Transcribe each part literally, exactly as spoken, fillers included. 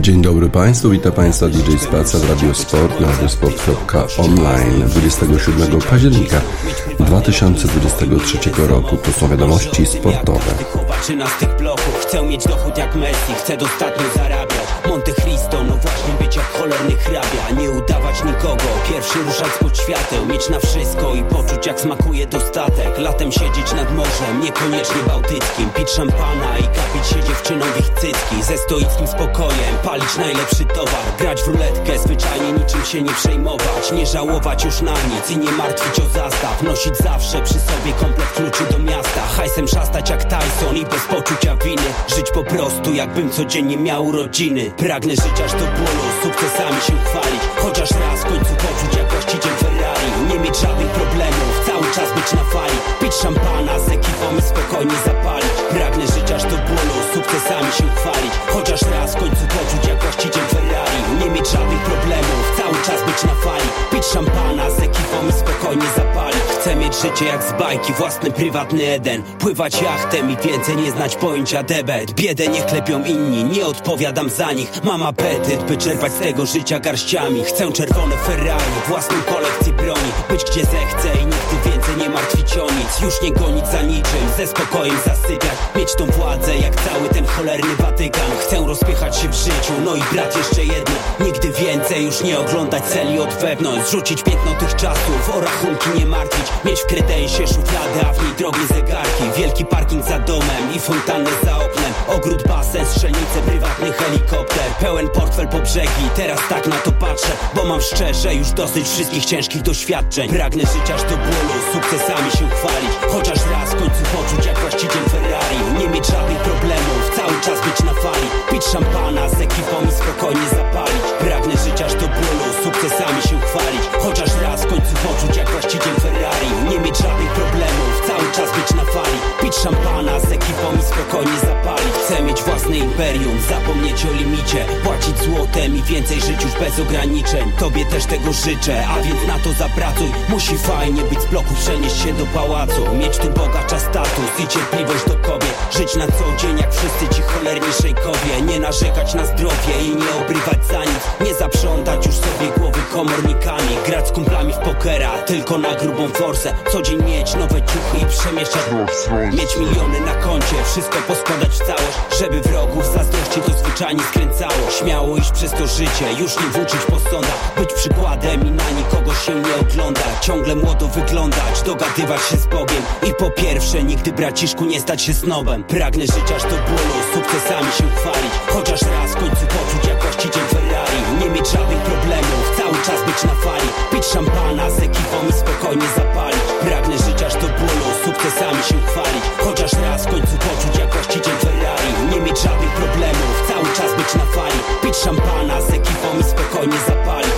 Dzień dobry Państwu, witam Państwa D J Spaca w Radio Sport na radiosport kropka online dwudziestego siódmego października dwa tysiące dwudziestego trzeciego roku. To są wiadomości sportowe. Z tych bloków chcę mieć dochód jak Messi, chcę dostatnio zarabiać. Monte Cristo, no właśnie być jak cholerny hrabia. Nie udawać nikogo, pierwszy ruszać spod świateł. Mieć na wszystko i poczuć jak smakuje dostatek. Latem siedzieć nad morzem, niekoniecznie bałtyckim. Pić szampana i kapić się dziewczyną w ich cycki. Ze stoickim spokojem, palić najlepszy towar. Grać w ruletkę, zwyczajnie niczym się nie przejmować. Nie żałować już na nic i nie martwić o zastaw. Nosić zawsze przy sobie komplet kluczy do miasta. Hajsem szastać jak Tyson i bez poczucia winy. Żyć po prostu jakbym codziennie miał urodziny. Pragnę żyć aż do bólu, sukcesami się chwalić. Chociaż raz w końcu poczuć jak właściciel Ferrari. Nie mieć żadnych problemów, cały czas być na fali. Pić szampana z ekipą i spokojnie zapalić. Pragnę żyć aż do bólu, sukcesami się chwalić. Chociaż raz w końcu poczuć jak właściciel Ferrari. Nie mieć żadnych problemów, cały czas być na fali. Pić szampana z ekipą i spokojnie zapalić. Chcę mieć życie jak z bajki, własny prywatny Eden. Pływać jachtem i więcej nie znać pojęcia debet. Biedę nie klepią inni, nie odpowiadam za nich. Mam apetyt, by czerpać z tego życia garściami. Chcę czerwone Ferrari, własną kolekcję broni. Być gdzie zechcę i nigdy więcej nie martwić o nic. Już nie gonić za niczym, ze spokojem zasypiać. Mieć tą władzę jak cały ten cholerny Watykan. Chcę rozpychać się w życiu, no i brat jeszcze jedno. Nigdy więcej już nie oglądać celi od wewnątrz. Zrzucić piętno tych czasów, o rachunki nie martwić. Mieć w kredensie szufladę, a w niej drogie zegarki. Wielki parking za domem i fontannę za oknem. Ogród, basen, strzelnice, prywatny helikopter. Pełen portfel po brzegi, teraz tak na to patrzę. Bo mam szczerze już dosyć wszystkich ciężkich doświadczeń. Pragnę żyć aż do bólu, sukcesami się chwalić. Chociaż raz w końcu poczuć jak właściciel Ferrari. Nie mieć żadnych problemów, cały czas być na fali. Pić szampana z ekipą i spokojnie zapalić. Pragnę żyć aż do bólu, sukcesami się chwalić. Chociaż raz w końcu poczuć jak właściciel Ferrari. Nie mieć żadnych problemów, cały czas być na fali. Pić szampana z ekipą i spokojnie zapalić. Chcę mieć własne imperium, zapomnieć o limicie. Płacić złotem i więcej żyć już bez ograniczeń. Tobie też tego życzę, a więc na to zapracuj. Musi fajnie być z bloku, przenieść się do pałacu. Mieć tu bogacza status i cierpliwość do kobiet. Żyć na co dzień jak wszyscy ci cholerni szejkowie. Nie narzekać na zdrowie i nie obrywać za nic. Nie zaprzątać już sobie głowy komornikami. Grać z kumplami w pokera, tylko na grubą forsę. Co dzień mieć nowe ciuchy i przemieszczać. Mieć miliony na koncie, wszystko poskładać w całość. Żeby wrogów zazdrości to zwyczajnie skręcało. Śmiało iść przez to życie, już nie włóczyć po sądach. Być przykładem i na nikogo się nie oglądać. Ciągle młodo wyglądać, dogadywać się z Bogiem. I po pierwsze, nigdy braciszku nie stać się snobem. Pragnę żyć aż do bólu, sukcesami się chwalić. Chociaż raz w końcu poczuć jak właściciel Ferrari. Nie mieć żadnych problemów, cały czas być na fali. Pić szampana z ekipą i spokojnie zapalić. Pragnę żyć aż do bólu, sukcesami się chwalić. Chociaż raz w końcu poczuć jak właściciel Ferrari. Nie mieć żadnych problemów, cały czas być na fali. Pić szampana z ekipą i spokojnie zapalić.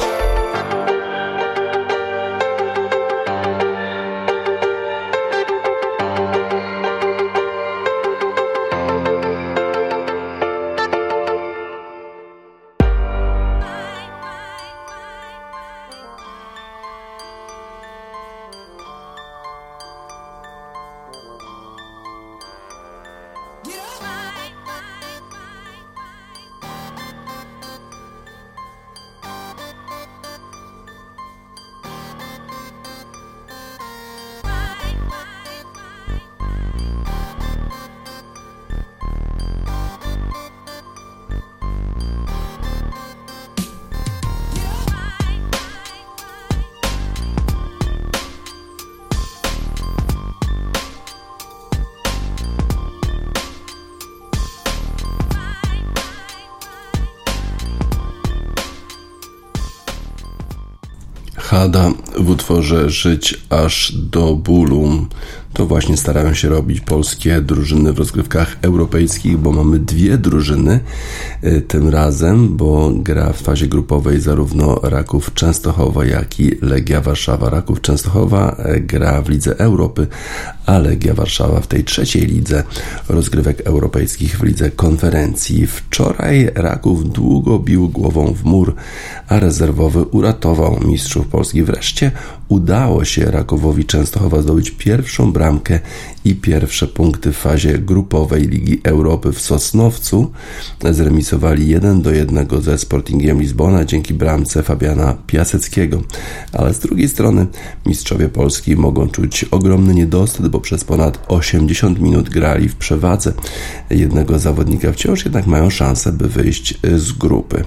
Hada w utworze Żyć aż do bólu. To właśnie starają się robić polskie drużyny w rozgrywkach europejskich, bo mamy dwie drużyny tym razem, bo gra w fazie grupowej zarówno Raków Częstochowa, jak i Legia Warszawa. Raków Częstochowa gra w Lidze Europy, a Legia Warszawa w tej trzeciej lidze rozgrywek europejskich w lidze konferencji. Wczoraj Raków długo bił głową w mur, a rezerwowy uratował mistrzów Polski. Wreszcie udało się Rakowowi Częstochowa zdobyć pierwszą bramkę i pierwsze punkty w fazie grupowej Ligi Europy w Sosnowcu. Zremisowali jeden do jednego ze Sportingiem Lizbona dzięki bramce Fabiana Piaseckiego. Ale z drugiej strony mistrzowie Polski mogą czuć ogromny niedosyt, bo przez ponad osiemdziesiąt minut grali w przewadze jednego zawodnika. Wciąż jednak mają szansę, by wyjść z grupy.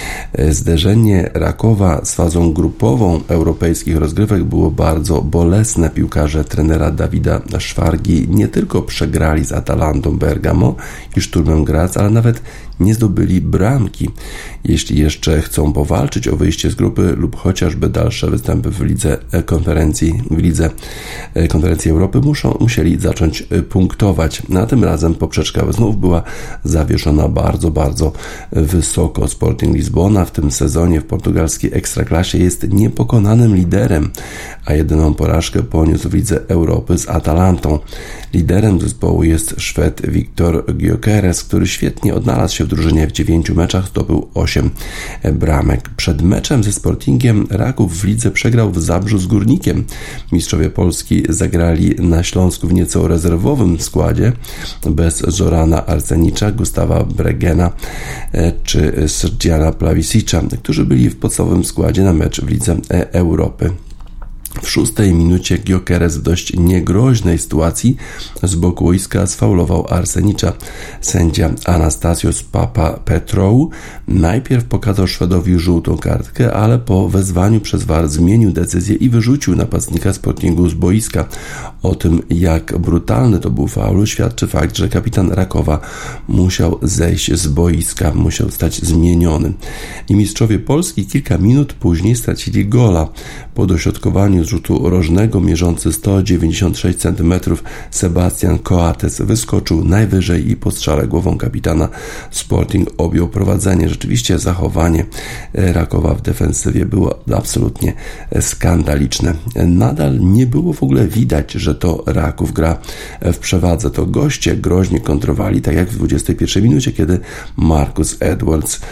Zderzenie Rakowa z fazą grupową europejskich rozgrywek było bardzo bolesne. Piłkarze trenera Dawida Szwargi nie tylko przegrali z Atalantą Bergamo i Szturmem Graz, ale nawet nie zdobyli bramki. Jeśli jeszcze chcą powalczyć o wyjście z grupy lub chociażby dalsze występy w lidze konferencji, w lidze konferencji Europy, muszą, musieli zacząć punktować. Na tym razem poprzeczka znów była zawieszona bardzo, bardzo wysoko. Sporting Lizbona w tym sezonie w portugalskiej Ekstraklasie jest niepokonanym liderem, a jedyną porażkę poniósł w lidze Europy z Atalantą. Liderem zespołu jest Szwed Viktor Gyökeres, który świetnie odnalazł się w drużynie. W dziewięciu meczach zdobył osiem bramek. Przed meczem ze Sportingiem Raków w lidze przegrał w Zabrzu z Górnikiem. Mistrzowie Polski zagrali na Śląsku w nieco rezerwowym składzie, bez Zorana Arsenicza, Gustawa Bregena czy Srdjana Plavisicia, którzy byli w podstawowym składzie na mecz w Lidze Europy. W szóstej minucie Gyökeres w dość niegroźnej sytuacji z boku łoiska sfaulował Arsenicza. Sędzia Anastasios Papapetrou najpierw pokazał Szwedowi żółtą kartkę, ale po wezwaniu przez V A R zmienił decyzję i wyrzucił napastnika Sportingu z boiska. O tym, jak brutalny to był faul, świadczy fakt, że kapitan Rakowa musiał zejść z boiska, musiał zostać zmieniony. I mistrzowie Polski kilka minut później stracili gola. Po dośrodkowaniu z rzutu rożnego mierzący sto dziewięćdziesiąt sześć centymetrów Sebastian Coates wyskoczył najwyżej i po strzale głową kapitana Sporting objął prowadzenie. Rzeczywiście zachowanie Rakowa w defensywie było absolutnie skandaliczne. Nadal nie było w ogóle widać, że to Raków gra w przewadze. To goście groźnie kontrowali, tak jak w dwudziestej pierwszej minucie, kiedy Marcus Edwards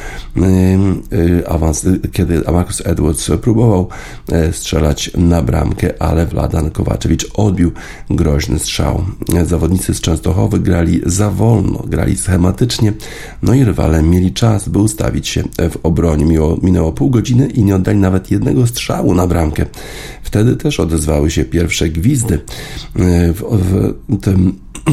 yy, awans, kiedy Marcus Edwards próbował strzelać na bramkę, ale Vladan Kovačević odbił groźny strzał. Zawodnicy z Częstochowy grali za wolno, grali schematycznie, no i rywale mieli czas, by ustawić się w obronie. Minęło, minęło pół godziny i nie oddali nawet jednego strzału na bramkę. Wtedy też odezwały się pierwsze gwizdy w, w tym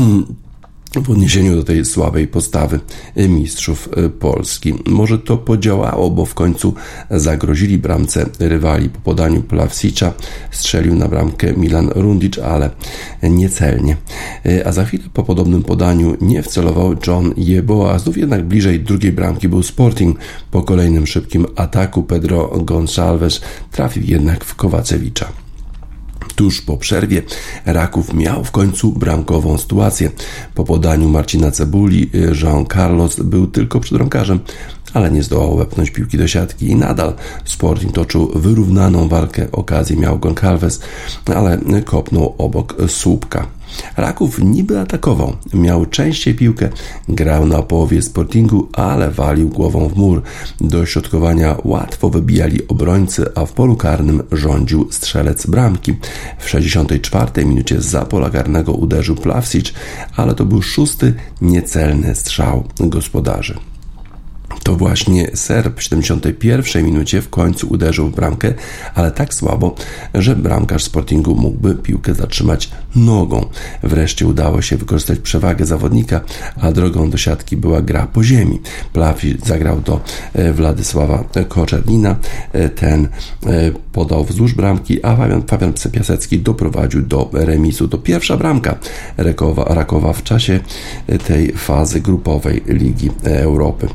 w odniesieniu do tej słabej postawy mistrzów Polski. Może to podziałało, bo w końcu zagrozili bramce rywali. Po podaniu Plavsicza strzelił na bramkę Milan Rundić, ale niecelnie. A za chwilę po podobnym podaniu nie wcelował John Yeboah. Znów jednak bliżej drugiej bramki był Sporting. Po kolejnym szybkim ataku Pedro Gonçalves trafił jednak w Kovačevića. Tuż po przerwie Raków miał w końcu bramkową sytuację. Po podaniu Marcina Cebuli Jean Carlos był tylko przed bramkarzem, ale nie zdołał wepchnąć piłki do siatki i nadal Sporting toczył wyrównaną walkę. Okazję miał Goncalves, ale kopnął obok słupka. Raków niby atakował, miał częściej piłkę, grał na połowie Sportingu, ale walił głową w mur. Do środkowania łatwo wybijali obrońcy, a w polu karnym rządził strzelec bramki. W sześćdziesiątej czwartej minucie zza pola karnego uderzył Plavsic, ale to był szósty niecelny strzał gospodarzy. To właśnie Serb w siedemdziesiątej pierwszej minucie w końcu uderzył w bramkę, ale tak słabo, że bramkarz Sportingu mógłby piłkę zatrzymać nogą. Wreszcie udało się wykorzystać przewagę zawodnika, a drogą do siatki była gra po ziemi. Plavsic zagrał do Władysława Koczernina, ten podał wzdłuż bramki, a Fabian, Fabian Piasecki doprowadził do remisu. To pierwsza bramka Rakowa, Rakowa w czasie tej fazy grupowej Ligi Europy. Gospodarz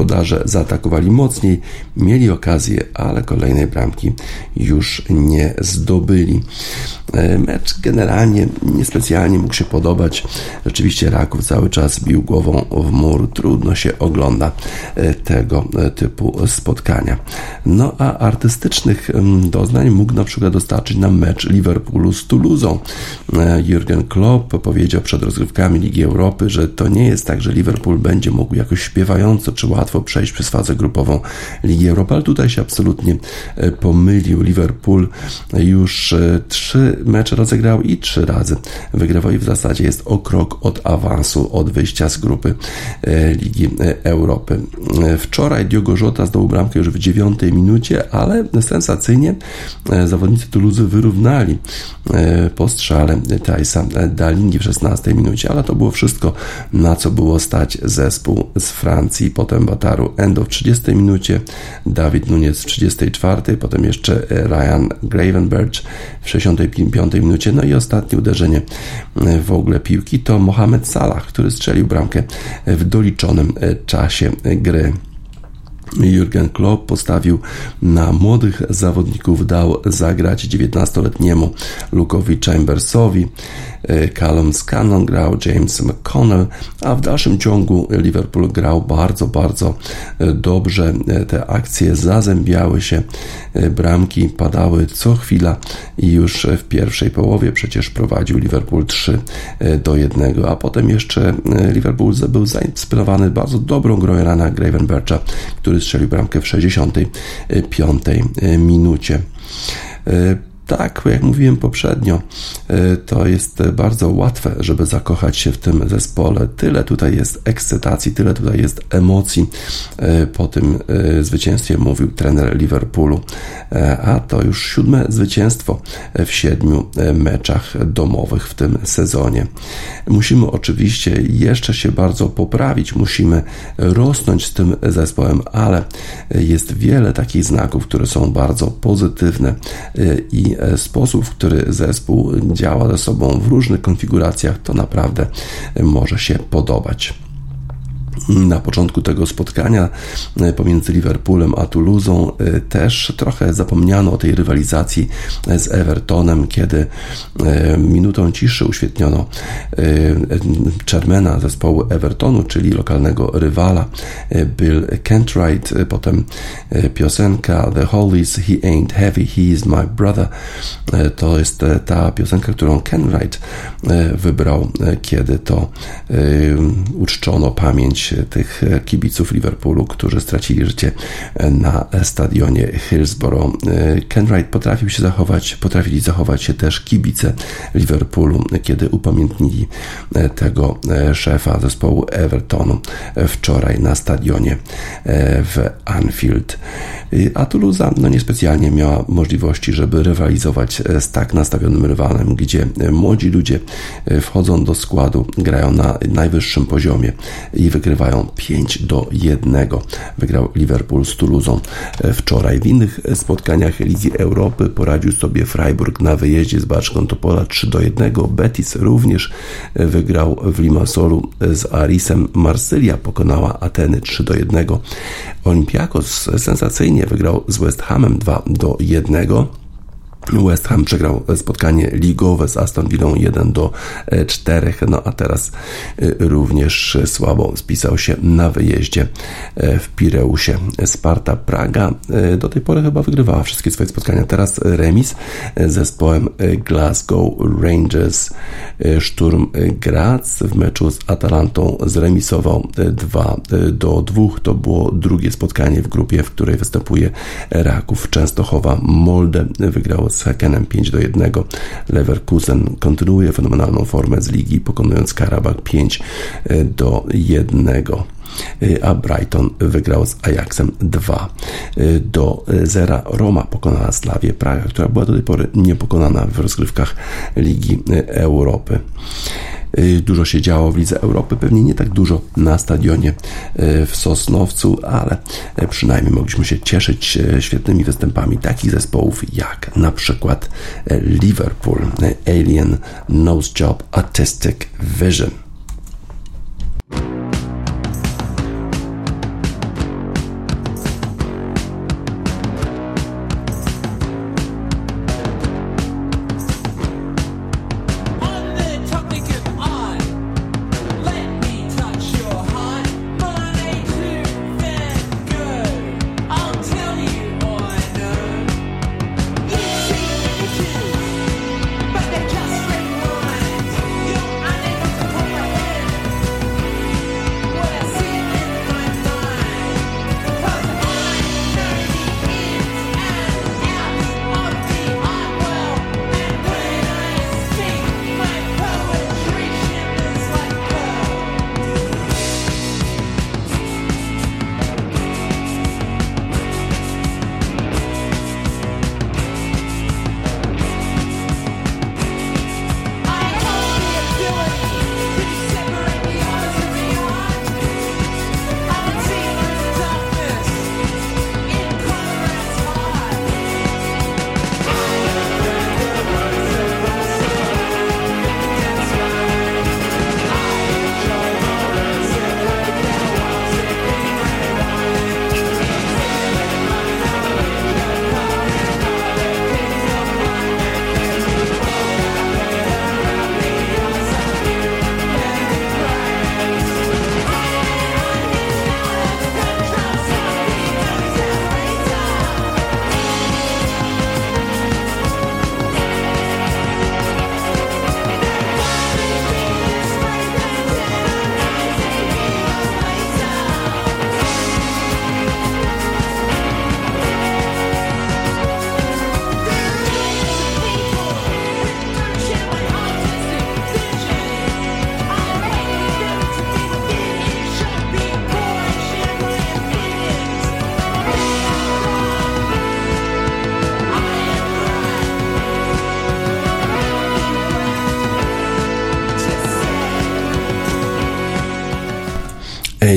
włodarze zaatakowali mocniej, mieli okazję, ale kolejnej bramki już nie zdobyli. Mecz generalnie niespecjalnie mógł się podobać. Rzeczywiście Raków cały czas bił głową w mur. Trudno się ogląda tego typu spotkania. No a artystycznych doznań mógł na przykład dostarczyć nam mecz Liverpoolu z Toulousą. Jurgen Klopp powiedział przed rozgrywkami Ligi Europy, że to nie jest tak, że Liverpool będzie mógł jakoś śpiewająco czy łatwo przejść przez fazę grupową Ligi Europy, ale tutaj się absolutnie pomylił. Liverpool już trzy mecze rozegrał i trzy razy wygrywał i w zasadzie jest o krok od awansu, od wyjścia z grupy Ligi Europy. Wczoraj Diogo Jota zdobył bramkę już w dziewiątej minucie, ale sensacyjnie zawodnicy Toulouse wyrównali po strzale Thijsa Dalingi w szesnastej minucie, ale to było wszystko, na co było stać zespół z Francji. Potem Bataru Endo w trzydziestej minucie, Dawid Nunez w trzydziestej czwartej, potem jeszcze Ryan Gravenberch w sześćdziesiątej piątej minucie, no i ostatnie uderzenie w ogóle piłki to Mohamed Salah, który strzelił bramkę w doliczonym czasie gry. Jurgen Klopp postawił na młodych zawodników, dał zagrać dziewiętnastoletniemu Luke'owi Chambersowi, Callum Scanlon grał, James McConnell, a w dalszym ciągu Liverpool grał bardzo, bardzo dobrze. Te akcje zazębiały się, bramki padały co chwila i już w pierwszej połowie przecież prowadził Liverpool trzy do jednego, a potem jeszcze Liverpool był zainspirowany bardzo dobrą grą Ryana Gravenbercha, który strzelił bramkę w sześćdziesiątej piątej minucie. Tak, jak mówiłem poprzednio, to jest bardzo łatwe, żeby zakochać się w tym zespole. Tyle tutaj jest ekscytacji, tyle tutaj jest emocji. Po tym zwycięstwie mówił trener Liverpoolu, a to już siódme zwycięstwo w siedmiu meczach domowych w tym sezonie. Musimy oczywiście jeszcze się bardzo poprawić, musimy rosnąć z tym zespołem, ale jest wiele takich znaków, które są bardzo pozytywne i sposób, w który zespół działa ze sobą w różnych konfiguracjach, to naprawdę może się podobać. Na początku tego spotkania pomiędzy Liverpoolem a Toulousą też trochę zapomniano o tej rywalizacji z Evertonem, kiedy minutą ciszy uświetniono chairmana zespołu Evertonu, czyli lokalnego rywala Bill Kenwright, potem piosenka The Hollies, He Ain't Heavy, He Is My Brother. To jest ta piosenka, którą Kenwright wybrał, kiedy to uczczono pamięć tych kibiców Liverpoolu, którzy stracili życie na stadionie Hillsborough. Kenwright potrafił się zachować, potrafili zachować się też kibice Liverpoolu, kiedy upamiętnili tego szefa zespołu Evertonu wczoraj na stadionie w Anfield. A Toulouse no niespecjalnie miała możliwości, żeby rywalizować z tak nastawionym rywalem, gdzie młodzi ludzie wchodzą do składu, grają na najwyższym poziomie i wygrywają pięć do jednego. Wygrał Liverpool z Toulousą wczoraj. W innych spotkaniach Ligi Europy poradził sobie Freiburg na wyjeździe z Baczką Topola trzy do jednego. Betis również wygrał w Limassolu z Arisem. Marsylia pokonała Ateny trzy do jednego. Olympiakos sensacyjnie wygrał z West Hamem dwa do jednego. West Ham przegrał spotkanie ligowe z Aston Villą jeden do czterech, no a teraz również słabo spisał się na wyjeździe w Pireusie. Sparta Praga do tej pory chyba wygrywała wszystkie swoje spotkania. Teraz remis z zespołem Glasgow Rangers. Sturm Graz w meczu z Atalantą zremisował dwa do dwóch. To było drugie spotkanie w grupie, w której występuje Raków Częstochowa. Molde wygrał z Hekenem pięć do jednego. Leverkusen kontynuuje fenomenalną formę z ligi, pokonując Karabach pięć do jednego. A Brighton wygrał z Ajaxem dwa do zera. Roma pokonała Slavię Praga, która była do tej pory niepokonana w rozgrywkach Ligi Europy. Dużo się działo w Lidze Europy, pewnie nie tak dużo na stadionie w Sosnowcu, ale przynajmniej mogliśmy się cieszyć świetnymi występami takich zespołów jak na przykład Liverpool, Alien Nose Job Artistic Vision.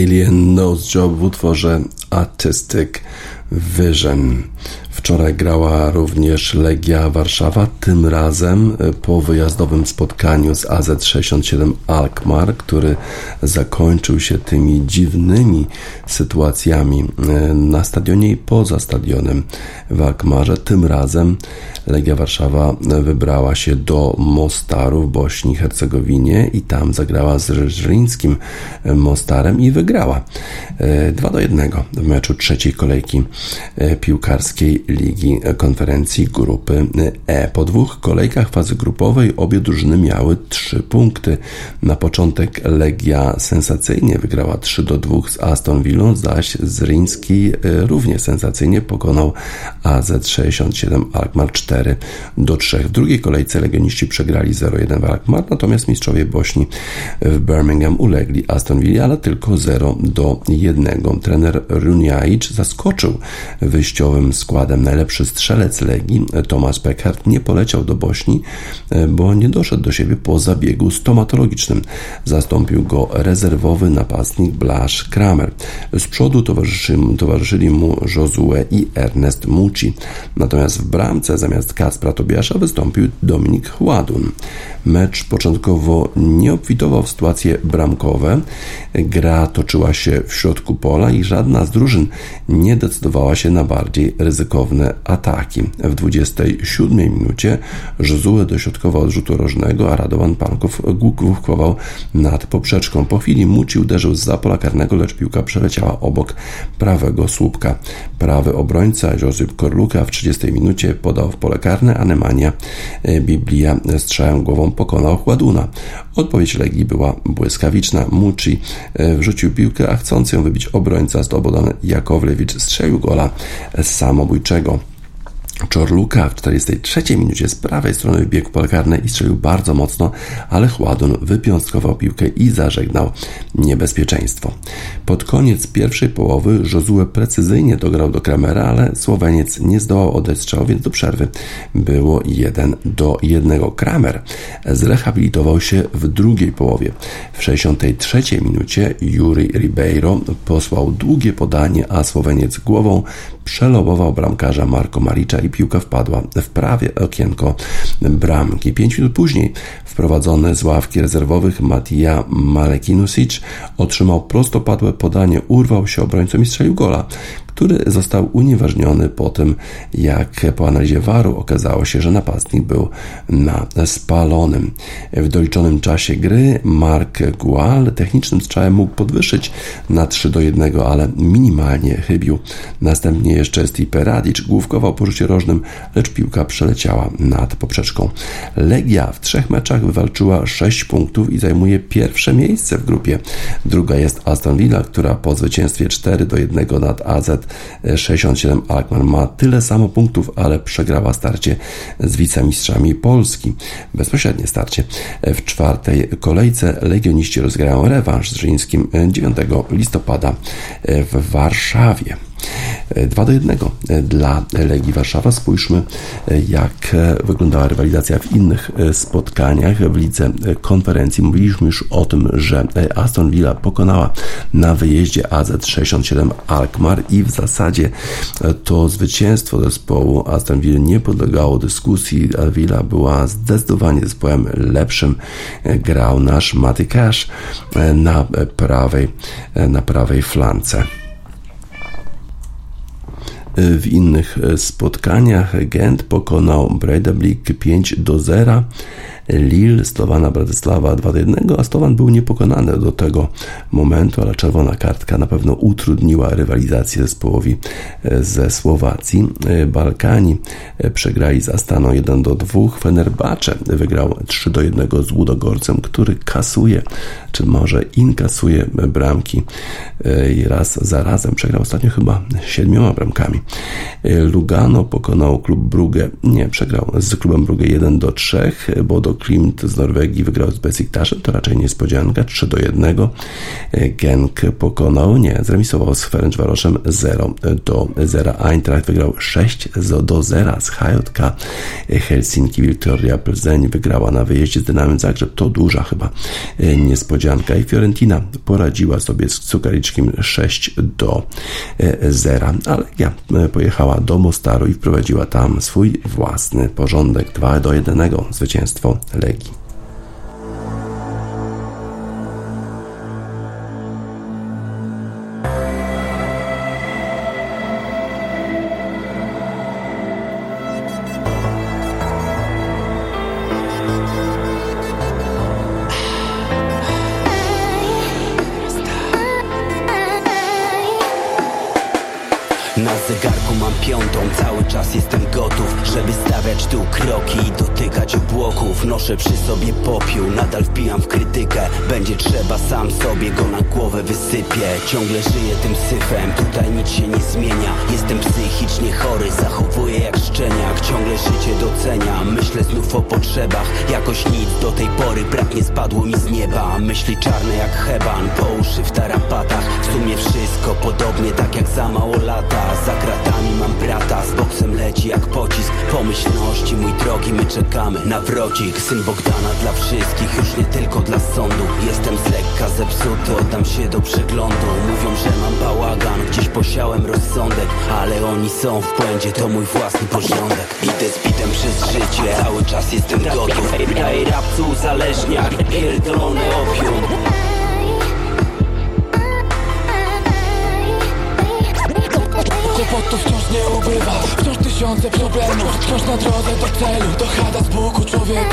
Alien Nose Job w utworze Artistic Vision. Wczoraj grała również Legia Warszawa, tym razem po wyjazdowym spotkaniu z A Z sześćdziesiąt siedem Alkmaar, który zakończył się tymi dziwnymi sytuacjami na stadionie i poza stadionem w Alkmaarze. Tym razem Legia Warszawa wybrała się do Mostaru w Bośni i Hercegowinie i tam zagrała z Żryńskim Mostarem i wygrała dwa do jednego w meczu trzeciej kolejki piłkarskiej Ligi Konferencji Grupy E. Po dwóch kolejkach fazy grupowej obie drużyny miały trzy punkty. Na początek Legia sensacyjnie wygrała trzy do dwóch z Aston Villą, zaś Zryński równie sensacyjnie pokonał A Z sześćdziesiąt siedem Alkmaar cztery do trzech. W drugiej kolejce legioniści przegrali zero jeden w Alkmaar, natomiast mistrzowie Bośni w Birmingham ulegli Aston Villa, ale tylko zero do jednego. Trener Runjaic zaskoczył wyjściowym składem. Najlepszy strzelec Legii, Thomas Peckert, nie poleciał do Bośni, bo nie doszedł do siebie po zabiegu stomatologicznym. Zastąpił go rezerwowy napastnik Blaž Kramer. Z przodu towarzyszyli, towarzyszyli mu Josue i Ernest Mucci. Natomiast w bramce zamiast Kacpra Tobiasza wystąpił Dominik Chładun. Mecz początkowo nie obfitował w sytuacje bramkowe. Gra toczyła się w środku pola i żadna z drużyn nie decydowała się na bardziej ryzykowne ataki. W dwudziestej siódmej minucie Josue dośrodkował od rzutu rożnego, a Radovan Pankow główkował nad poprzeczką. Po chwili Mucci uderzył zza pola karnego, lecz piłka przeleciała obok prawego słupka. Prawy obrońca Josip Korluka w trzydziestej minucie podał w pole karne, a Nemanja Biblia strzałem głową pokonał Chładuna. Odpowiedź Legii była błyskawiczna. Mucci wrzucił piłkę, a chcąc ją wybić obrońca Slobodan Jakowlewicz strzelił gola samobójczego. Czorluka w czterdziestej trzeciej minucie z prawej strony wybiegł w pole karne i strzelił bardzo mocno, ale Chładun wypiąstkował piłkę i zażegnał niebezpieczeństwo. Pod koniec pierwszej połowy Josue precyzyjnie dograł do Kramera, ale Słoweniec nie zdołał oddać strzału, więc do przerwy było jeden do jednego. Kramer zrehabilitował się w drugiej połowie. W sześćdziesiątej trzeciej minucie Juri Ribeiro posłał długie podanie, a Słoweniec głową przelobował bramkarza Marko Maricza i piłka wpadła w prawie okienko bramki. Pięć minut później wprowadzony z ławki rezerwowych Matija Malekinusic otrzymał prostopadłe podanie, urwał się obrońcom i strzelił gola, który został unieważniony po tym, jak po analizie waru okazało się, że napastnik był na spalonym. W doliczonym czasie gry Mark Gual technicznym strzałem mógł podwyższyć na trzy do jednego, ale minimalnie chybił. Następnie jeszcze Stipe Radic główkował po rzucie rożnym, lecz piłka przeleciała nad poprzeczką. Legia w trzech meczach wywalczyła sześć punktów i zajmuje pierwsze miejsce w grupie. Druga jest Aston Villa, która po zwycięstwie cztery do jednego nad A Z sześćdziesiąt siedem Alkmaar ma tyle samo punktów, ale przegrała starcie z wicemistrzami Polski. Bezpośrednie starcie. W czwartej kolejce legioniści rozgrają rewanż z Żryńskim dziewiątego listopada w Warszawie. dwa do jednego dla Legii Warszawa. Spójrzmy, jak wyglądała rywalizacja w innych spotkaniach w Lidze Konferencji. Mówiliśmy już o tym, że Aston Villa pokonała na wyjeździe A Z sześćdziesiąt siedem Alkmaar i w zasadzie to zwycięstwo zespołu Aston Villa nie podlegało dyskusji. Villa była zdecydowanie zespołem lepszym. Grał nasz Matty Cash na prawej, na prawej flance. W innych spotkaniach Gent pokonał Breidablik pięć do zera. Lille, Slowana Bratysława dwa do jednego, a Slovan był niepokonany do tego momentu, ale czerwona kartka na pewno utrudniła rywalizację zespołowi ze Słowacji. Balkani przegrali z Astaną jeden do dwóch. Fenerbahce wygrał trzy do jednego z Łudogorcem, który kasuje, czy może inkasuje bramki i raz za razem przegrał ostatnio chyba siedmioma bramkami. Lugano pokonał klub Brugge, nie, przegrał z klubem Brugge jeden do trzech, bo do Bodo Glimt z Norwegii wygrał z Besiktasem, to raczej niespodzianka, trzy do jednego. Genk pokonał, nie, zremisował z Ferencvaroszem zero do zera. Eintracht wygrał sześć do zera z H J K Helsinki. Wiktoria Plzeň wygrała na wyjeździe z Dynamem Zagrzeb, to duża chyba niespodzianka. I Fiorentina poradziła sobie z Cukariczkiem sześć do zera, ale Legia pojechała do Mostaru i wprowadziła tam swój własny porządek. dwa do jednego zwycięstwo Legii. Na zegarku mam piątą, cały czas jestem gotów, żeby stawiać tu kroki i dotykać obłoków. Noszę przy sobie popiół, nadal wbijam w krytykę. Będzie trzeba, sam sobie go na głowę wysypię. Ciągle żyję tym syfem, tutaj nic się nie zmienia. Jestem psychicznie chory, zachowuję jak szczeniak. Ciągle życie doceniam, myślę znów o potrzebach. Jakoś nic do tej pory, brak nie spadło mi z nieba. Myśli czarne jak heban, po uszy w tarapatach. W sumie wszystko podobnie, tak jak za mało lata. Za kratami mam brata, z boksem leci jak pocisk. Pomyślności, mój drogi, my czekamy na wrodzik. Syn Bogdana dla wszystkich, już nie tylko dla sądu. Jestem z lekka zepsuty, oddam się do przeglądu. Mówią, że mam bałagan, gdzieś posiałem rozsądek. Ale oni są w błędzie, to mój własny porządek. Idę z bitem przez życie, cały czas jestem gotów. Ej, rapcu uzależniak, pierdolone opium. Kłopotów wciąż nie ubywa, wciąż tysiące problemów, wciąż na drodze do celu, do chada z Buku, człowieku.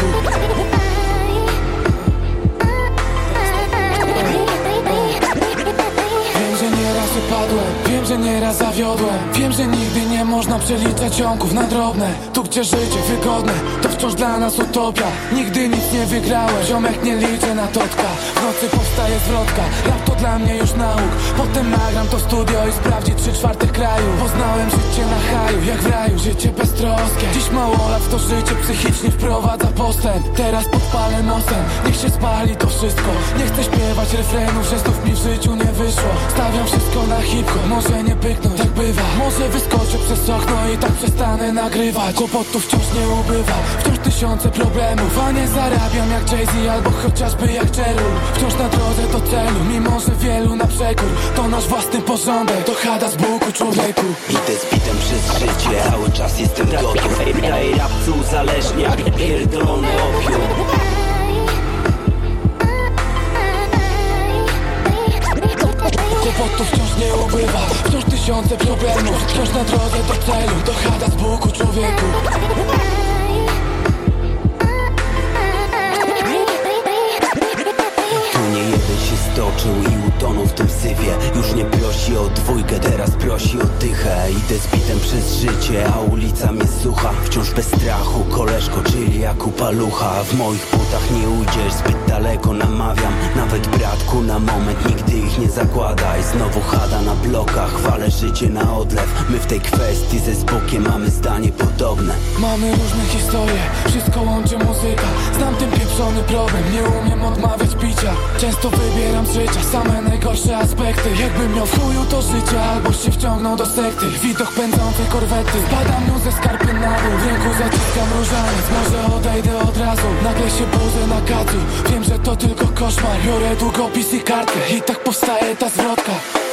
Wiem, że nieraz upadłem, wiem, że nieraz zawiodłem. Wiem, że nigdy nie można przeliczać ciągów na drobne. Tu gdzie życie wygodne, to wciąż dla nas utopia. Nigdy nic nie wygrałem, ziomek nie liczę na totka. W nocy powstaje zwrotka, rap to dla mnie już nauk. Potem nagram to studio i sprawdzi trzy czwarte kraju. Poznałem życie na haju, jak w raju, życie beztroskie. Dziś mało lat w to życie psychicznie wprowadza postęp. Teraz podpalę mostem, niech się spali to wszystko. Nie chcę śpiewać refrenów, że znów mi w życiu nie wyszło. Stawiam wszystko na hip-hop, może nie pyknąć, tak bywa. Może wyskoczę przez okno i tak przestanę nagrywać. Kłopotów wciąż nie ubywa, wciąż tysiące problemów. A nie zarabiam jak Jay-Z albo chociażby jak Cheryl. Wciąż na drodze do celu, mimo że wielu na przekór. To nasz własny porządek, to chada z Buku, człowieku. Idę z bitem przez życie, cały czas jestem gotów. Ej, rapcu uzależniak, pierdolone opium. Kłopotów wciąż nie ubywa, wciąż tysiące problemów. Wciąż na drodze do celu, to chada z Buku, człowieku. Stoczył i utonął w tym syfie. Już nie prosi o dwójkę, teraz prosi o dychę. Idę z bitem przez życie, a ulica mnie słucha. Wciąż bez strachu, koleżko, czyli jak upalucha. W moich butach nie ujdziesz, zbyt daleko namawiam. Nawet bratku na moment, nigdy ich nie zakładaj. Znowu chada na blokach, walę życie na odlew. My w tej kwestii ze Zbukiem mamy zdanie podobne. Mamy różne historie, wszystko łączy muzyka. Znam ten pieprzony problem, nie umiem odmawiać picia. Często wybieram z życia same najgorsze aspekty. Jakbym miał w chuju to życie, albo się wciągnął do sekty. Widok pędzącej korwety, spadam nią ze skarpy na dół. W ręku zaciskam różaniec, może odejdę od razu. Nagle się budzę na kacu, wiem, że to tylko koszmar. Biorę długopis i kartkę i tak powstaje ta zwrotka.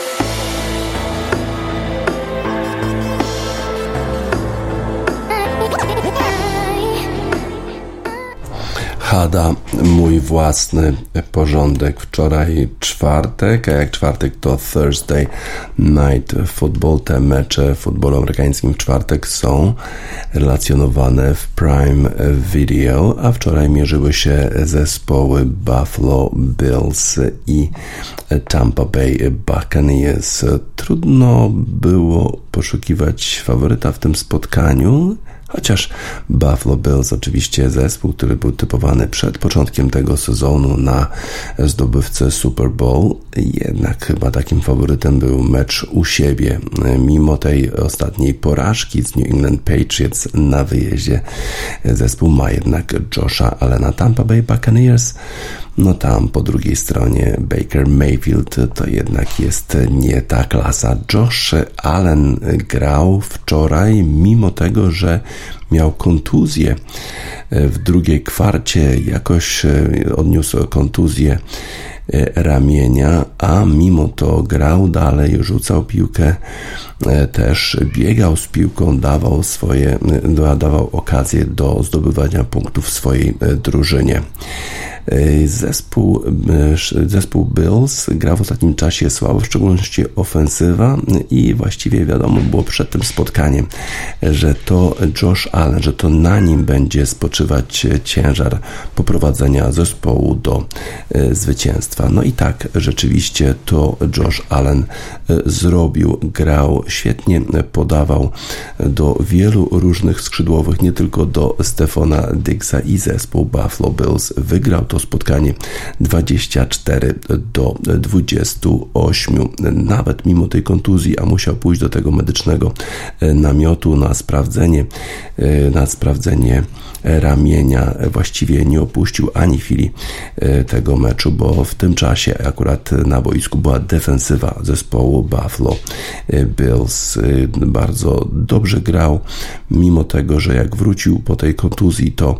Hada, mój własny porządek. Wczoraj czwartek, a jak czwartek to Thursday Night Football. Te mecze w futbolu amerykańskim w czwartek są relacjonowane w Prime Video, a wczoraj mierzyły się zespoły Buffalo Bills i Tampa Bay Buccaneers. Trudno było poszukiwać faworyta w tym spotkaniu, chociaż Buffalo Bills oczywiście zespół, który był typowany przed początkiem tego sezonu na zdobywcę Super Bowl, jednak chyba takim faworytem był mecz u siebie. Mimo tej ostatniej porażki z New England Patriots na wyjeździe, zespół ma jednak Josha Allena. Tampa Bay Buccaneers, no tam po drugiej stronie Baker Mayfield to jednak jest nie ta klasa. Josh Allen grał wczoraj, mimo tego, że miał kontuzję w drugiej kwarcie, jakoś odniósł kontuzję ramienia, a mimo to grał dalej, rzucał piłkę, też biegał z piłką, dawał swoje, dawał okazję do zdobywania punktów w swojej drużynie. Zespół, zespół Bills gra w ostatnim czasie słabo, w szczególności ofensywa, i właściwie wiadomo było przed tym spotkaniem, że to Josh Allen, że to na nim będzie spoczywać ciężar poprowadzenia zespołu do zwycięstwa. No i tak rzeczywiście to Josh Allen zrobił. Grał świetnie, podawał do wielu różnych skrzydłowych, nie tylko do Stephona Diggsa, i zespół Buffalo Bills wygrał to spotkanie dwadzieścia cztery do dwudziestu ośmiu. Nawet mimo tej kontuzji, a musiał pójść do tego medycznego namiotu na sprawdzenie, na sprawdzenie ramienia, właściwie nie opuścił ani chwili tego meczu, bo w tym czasie akurat na boisku była defensywa zespołu Buffalo Bills. Bardzo dobrze grał, mimo tego, że jak wrócił po tej kontuzji, to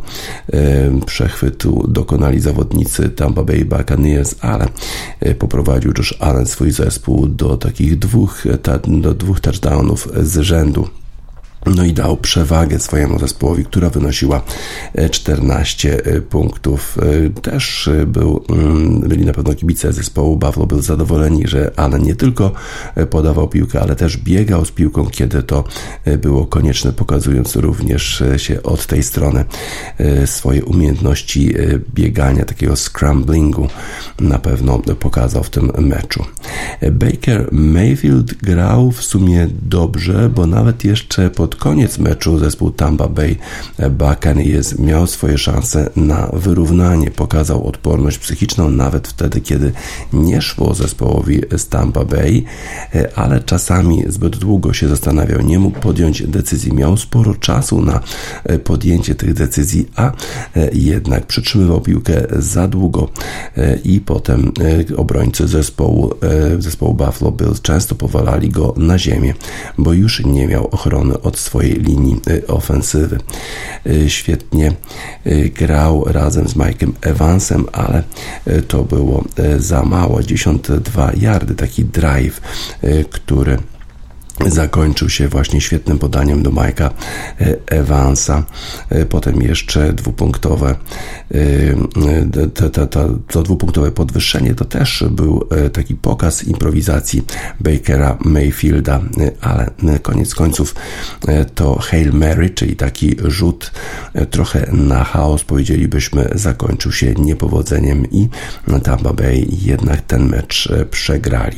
przechwytu dokonali zawodnicy Tampa Bay Buccaneers, ale poprowadził Josh Allen swój zespół do takich dwóch, do dwóch touchdownów z rzędu. No i dał przewagę swojemu zespołowi, która wynosiła czternaście punktów. Też był, byli na pewno kibice zespołu Buffalo Bills zadowoleni, że Allen nie tylko podawał piłkę, ale też biegał z piłką, kiedy to było konieczne, pokazując również się od tej strony swoje umiejętności biegania, takiego scramblingu na pewno pokazał w tym meczu. Baker Mayfield grał w sumie dobrze, bo nawet jeszcze pod koniec meczu zespół Tampa Bay Buccaneers miał swoje szanse na wyrównanie. Pokazał odporność psychiczną nawet wtedy, kiedy nie szło zespołowi z Tampa Bay, ale czasami zbyt długo się zastanawiał, nie mógł podjąć decyzji. Miał sporo czasu na podjęcie tych decyzji, a jednak przytrzymywał piłkę za długo i potem obrońcy zespołu, zespołu Buffalo Bills często powalali go na ziemię, bo już nie miał ochrony od swojej linii ofensywy. Świetnie grał razem z Mike'em Evansem, ale to było za mało. dziewięćdziesiąt dwa yardy, taki drive, który zakończył się właśnie świetnym podaniem do Mike'a Evansa. Potem jeszcze dwupunktowe to, to, to, to dwupunktowe podwyższenie to też był taki pokaz improwizacji Bakera Mayfielda, ale koniec końców to Hail Mary, czyli taki rzut trochę na chaos, powiedzielibyśmy, zakończył się niepowodzeniem i Tampa Bay jednak ten mecz przegrali.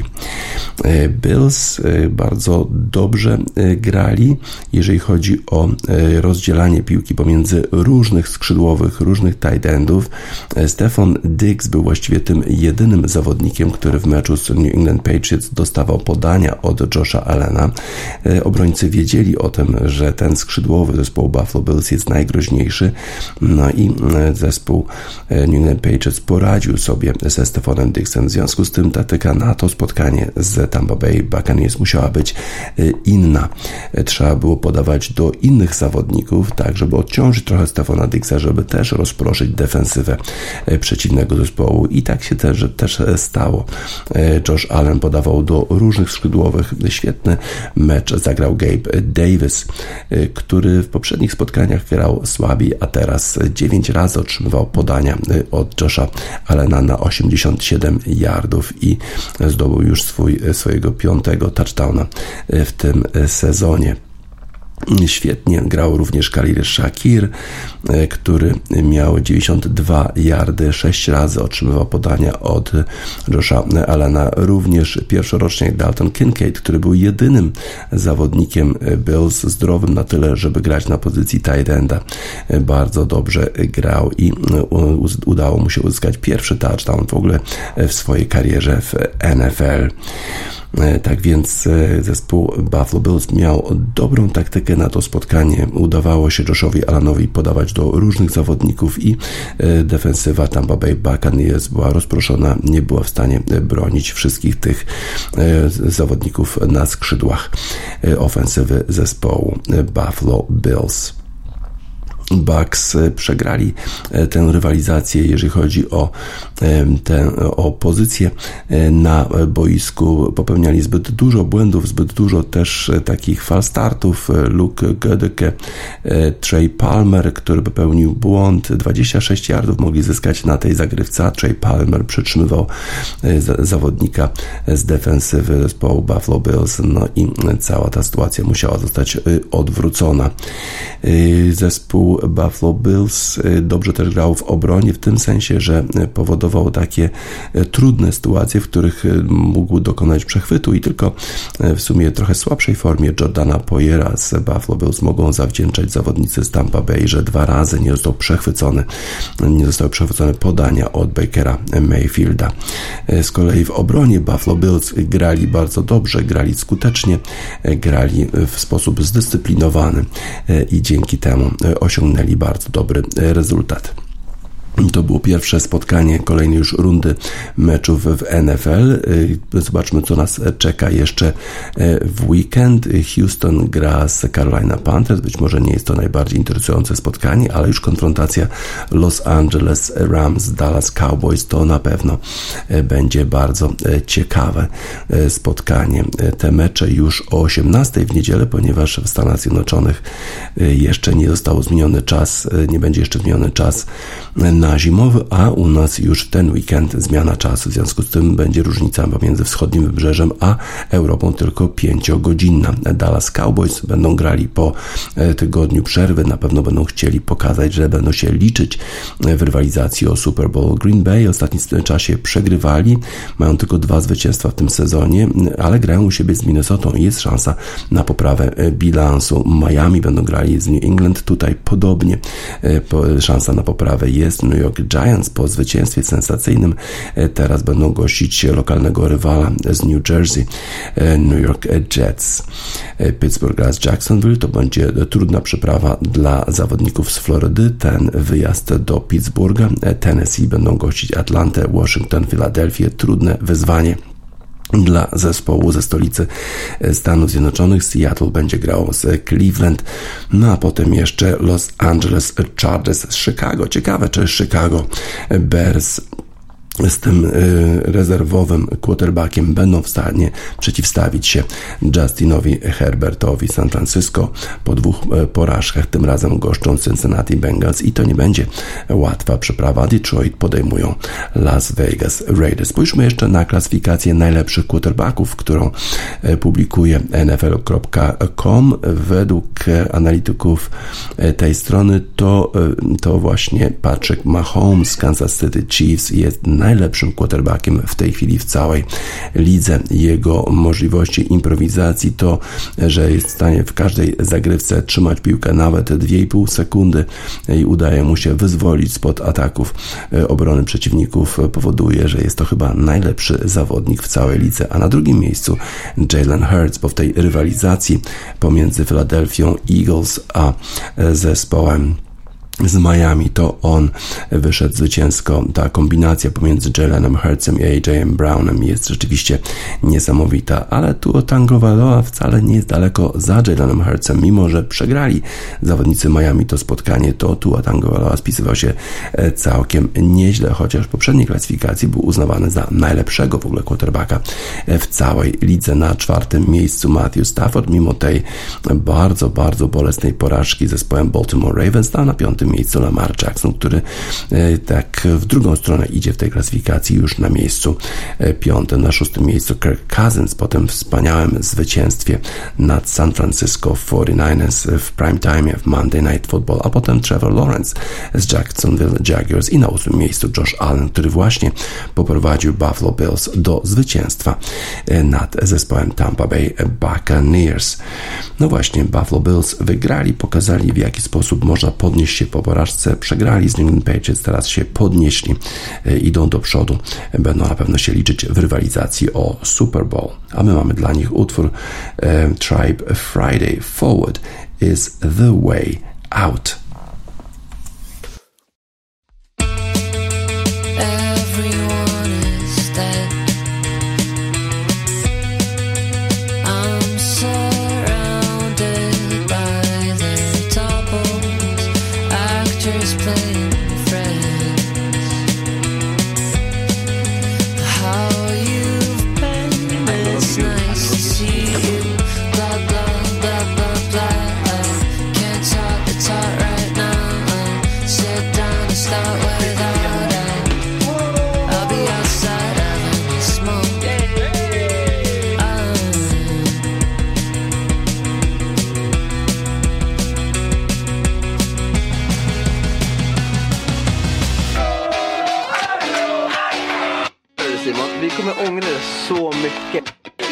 Bills bardzo dobrze grali, jeżeli chodzi o rozdzielanie piłki pomiędzy różnych skrzydłowych, różnych tight endów. Stephon Diggs był właściwie tym jedynym zawodnikiem, który w meczu z New England Patriots dostawał podania od Josha Allena. Obrońcy wiedzieli o tym, że ten skrzydłowy zespołu Buffalo Bills jest najgroźniejszy, no i zespół New England Patriots poradził sobie ze Stephonem Diggsem. W związku z tym taktyka na to spotkanie z Tampa Bay Buccaneers musiała być inna. Trzeba było podawać do innych zawodników, tak żeby odciążyć trochę Stephona Diggsa, żeby też rozproszyć defensywę przeciwnego zespołu, i tak się też, też stało. Josh Allen podawał do różnych skrzydłowych. Świetny mecz zagrał Gabe Davis, który w poprzednich spotkaniach grał słabiej, a teraz dziewięć razy otrzymywał podania od Josha Allena na osiemdziesiąt siedem yardów i zdobył już swój, swojego piątego touchdowna w tym sezonie. Świetnie grał również Khalil Shakir, który miał dziewięćdziesiąt dwa yardy, sześć razy otrzymywał podania od Josha Allena. Również pierwszoroczniak Dalton Kincaid, który był jedynym zawodnikiem Bills zdrowym na tyle, żeby grać na pozycji tight enda. Bardzo dobrze grał i udało mu się uzyskać pierwszy touchdown w ogóle w swojej karierze w N F L. Tak więc zespół Buffalo Bills miał dobrą taktykę na to spotkanie. Udawało się Joshowi Allenowi podawać do różnych zawodników i defensywa Tampa Bay Buccaneers była rozproszona, nie była w stanie bronić wszystkich tych zawodników na skrzydłach ofensywy zespołu Buffalo Bills. Bucks przegrali tę rywalizację, jeżeli chodzi o tę o pozycję na boisku. Popełniali zbyt dużo błędów, zbyt dużo też takich falstartów. Luke Goedeke, Trey Palmer, który popełnił błąd. dwadzieścia sześć yardów mogli zyskać na tej zagrywce, a Trey Palmer przytrzymywał zawodnika z defensywy zespołu Buffalo Bills. No i cała ta sytuacja musiała zostać odwrócona. Zespół Buffalo Bills dobrze też grał w obronie, w tym sensie, że powodował takie trudne sytuacje, w których mógł dokonać przechwytu i tylko w sumie trochę słabszej formie Jordana Poyera z Buffalo Bills mogą zawdzięczać zawodnicy z Tampa Bay, że dwa razy nie został przechwycony, nie zostały przechwycone podania od Bakera Mayfielda. Z kolei w obronie Buffalo Bills grali bardzo dobrze, grali skutecznie, grali w sposób zdyscyplinowany i dzięki temu osiągnęli bardzo dobry rezultat. To było pierwsze spotkanie kolejnej już rundy meczów w N F L. Zobaczmy, co nas czeka jeszcze w weekend. Houston gra z Carolina Panthers. Być może nie jest to najbardziej interesujące spotkanie, ale już konfrontacja Los Angeles Rams, Dallas Cowboys to na pewno będzie bardzo ciekawe spotkanie. Te mecze już o osiemnastej w niedzielę, ponieważ w Stanach Zjednoczonych jeszcze nie został zmieniony czas, nie będzie jeszcze zmieniony czas na na zimowy, a u nas już ten weekend zmiana czasu. W związku z tym będzie różnica pomiędzy wschodnim wybrzeżem a Europą tylko pięciogodzinna. Dallas Cowboys będą grali po tygodniu przerwy. Na pewno będą chcieli pokazać, że będą się liczyć w rywalizacji o Super Bowl. Green Bay w ostatnim czasie przegrywali. Mają tylko dwa zwycięstwa w tym sezonie, ale grają u siebie z Minnesotą i jest szansa na poprawę bilansu. Miami będą grali z New England. Tutaj podobnie szansa na poprawę jest. New York Giants po zwycięstwie sensacyjnym teraz będą gościć lokalnego rywala z New Jersey, New York Jets. Pittsburgh gra z Jacksonville, to będzie trudna przeprawa dla zawodników z Florydy. Ten wyjazd do Pittsburgha. Tennessee będą gościć Atlantę, Washington, Filadelfię. Trudne wyzwanie dla zespołu ze stolicy Stanów Zjednoczonych. Seattle będzie grał z Cleveland, no a potem jeszcze Los Angeles Chargers z Chicago. Ciekawe, czy Chicago Bears z tym y, rezerwowym quarterbackiem będą w stanie przeciwstawić się Justinowi Herbertowi. San Francisco po dwóch y, porażkach, tym razem goszczą Cincinnati Bengals i to nie będzie łatwa przeprawa. Detroit podejmują Las Vegas Raiders. Spójrzmy jeszcze na klasyfikację najlepszych quarterbacków, którą y, publikuje N F L kropka com. Według y, analityków y, tej strony to, y, to właśnie Patrick Mahomes z Kansas City Chiefs jest na najlepszym quarterbackiem w tej chwili w całej lidze. Jego możliwości improwizacji to, że jest w stanie w każdej zagrywce trzymać piłkę nawet dwie i pół sekundy i udaje mu się wyzwolić spod ataków obrony przeciwników, powoduje, że jest to chyba najlepszy zawodnik w całej lidze. A na drugim miejscu Jalen Hurts, bo w tej rywalizacji pomiędzy Philadelphia Eagles a zespołem z Miami to on wyszedł zwycięsko. Ta kombinacja pomiędzy Jalenem Hurtsem i A J Brownem jest rzeczywiście niesamowita, ale tu Tagovailoa wcale nie jest daleko za Jalenem Hurtsem, mimo że przegrali zawodnicy Miami to spotkanie, to tu Tagovailoa spisywał się całkiem nieźle, chociaż w poprzedniej klasyfikacji był uznawany za najlepszego w ogóle quarterbacka w całej lidze. Na czwartym miejscu Matthew Stafford, mimo tej bardzo, bardzo bolesnej porażki z zespołem Baltimore Ravens, a na piątym piątym miejscu Lamar Jackson, który tak w drugą stronę idzie w tej klasyfikacji, już na miejscu piątym. Na szóstym miejscu Kirk Cousins po tym wspaniałym zwycięstwie nad San Francisco forty-niners w prime time w Monday Night Football, a potem Trevor Lawrence z Jacksonville Jaguars i na ósmym miejscu Josh Allen, który właśnie poprowadził Buffalo Bills do zwycięstwa nad zespołem Tampa Bay Buccaneers. No właśnie, Buffalo Bills wygrali, pokazali, w jaki sposób można podnieść się po porażce. Przegrali z New England Patriots, teraz się podnieśli, idą do przodu, będą na pewno się liczyć w rywalizacji o Super Bowl. A my mamy dla nich utwór e, Tribe Friday. Forward is the way out. Vi kommer ångra det så mycket.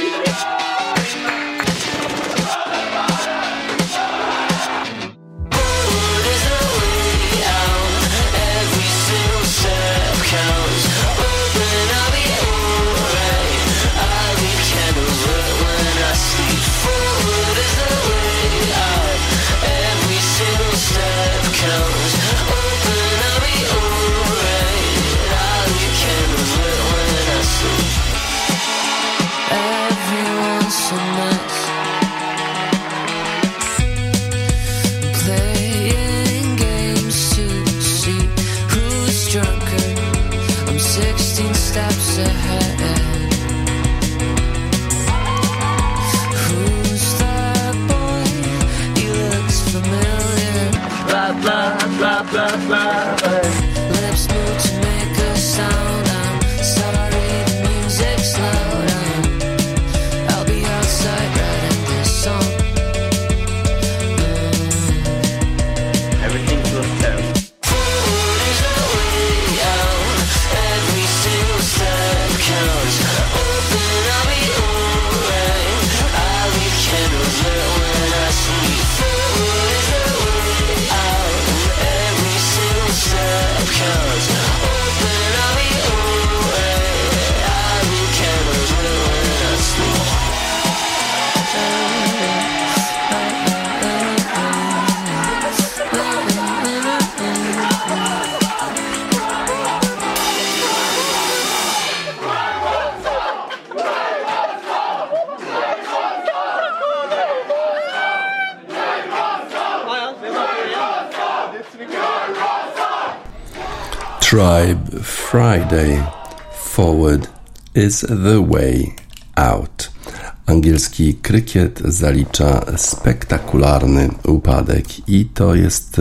Tribe Friday. Forward is the way out. Angielski krykiet zalicza spektakularny upadek i to jest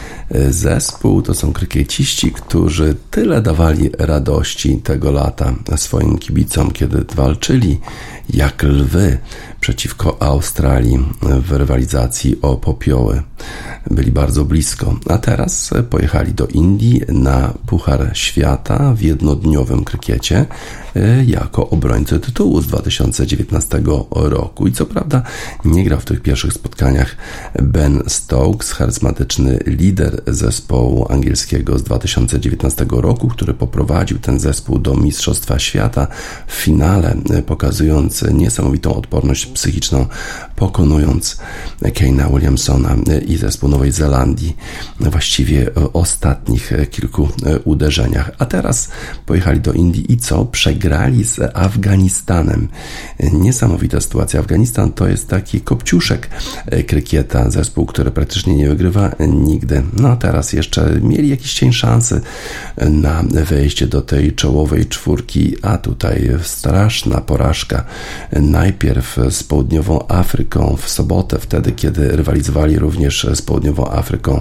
zespół, to są krykieciści, którzy tyle dawali radości tego lata swoim kibicom, kiedy walczyli jak lwy przeciwko Australii w rywalizacji o popioły. Byli bardzo blisko, a teraz pojechali do Indii na Puchar Świata w jednodniowym krykiecie jako obrońcy tytułu z dwa tysiące dziewiętnastego roku. I co prawda nie grał w tych pierwszych spotkaniach Ben Stokes, charyzmatyczny lider zespołu angielskiego z dwa tysiące dziewiętnastego roku, który poprowadził ten zespół do Mistrzostwa Świata w finale, pokazując niesamowitą odporność psychiczną, pokonując Kane'a Williamsona i zespół Nowej Zelandii właściwie w ostatnich kilku uderzeniach. A teraz pojechali do Indii i co? Przegrali z Afganistanem. Niesamowita sytuacja. Afganistan to jest taki kopciuszek krykieta, zespół, który praktycznie nie wygrywa nigdy. No a teraz jeszcze mieli jakiś cień szansy na wejście do tej czołowej czwórki, a tutaj straszna porażka. Najpierw z Południową Afryką w sobotę, wtedy kiedy rywalizowali również z Południową Afryką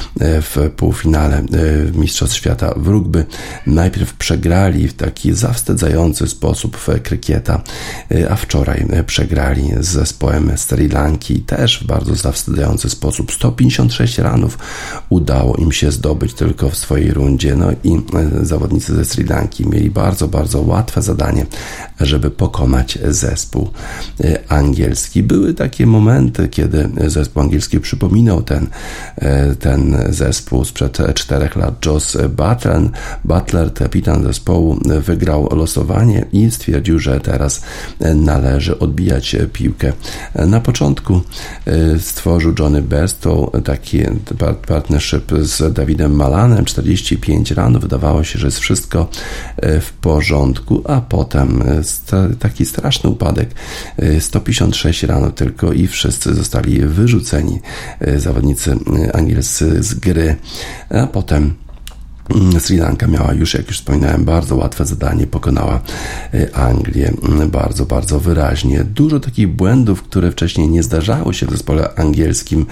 w półfinale Mistrzostw Świata w rugby. Najpierw przegrali w taki zawstydzający sposób w krykieta, a wczoraj przegrali z zespołem Sri Lanki też w bardzo zawstydzający sposób. sto pięćdziesiąt sześć ranów udało im się zdobyć tylko w swojej rundzie. No i zawodnicy ze Sri Lanki mieli bardzo, bardzo łatwe zadanie, żeby pokonać zespół angielski. Były takie momenty, kiedy zespół angielski przypominał ten, ten zespół sprzed czterech lat. Joss Butler, Butler, kapitan zespołu, wygrał losowanie i stwierdził, że teraz należy odbijać piłkę. Na początku stworzył Johnny Bairstow taki partnership z Davidem Malanem, czterdzieści pięć ran, wydawało się, że jest wszystko w porządku, a potem taki straszny upadek, sto pięćdziesiąt sześć ran tylko i wszyscy zostali wyrzuceni, zawodnicy angielscy z gry, a potem Sri Lanka miała już, jak już wspominałem, bardzo łatwe zadanie, pokonała Anglię bardzo, bardzo wyraźnie. Dużo takich błędów, które wcześniej nie zdarzały się w zespole angielskim.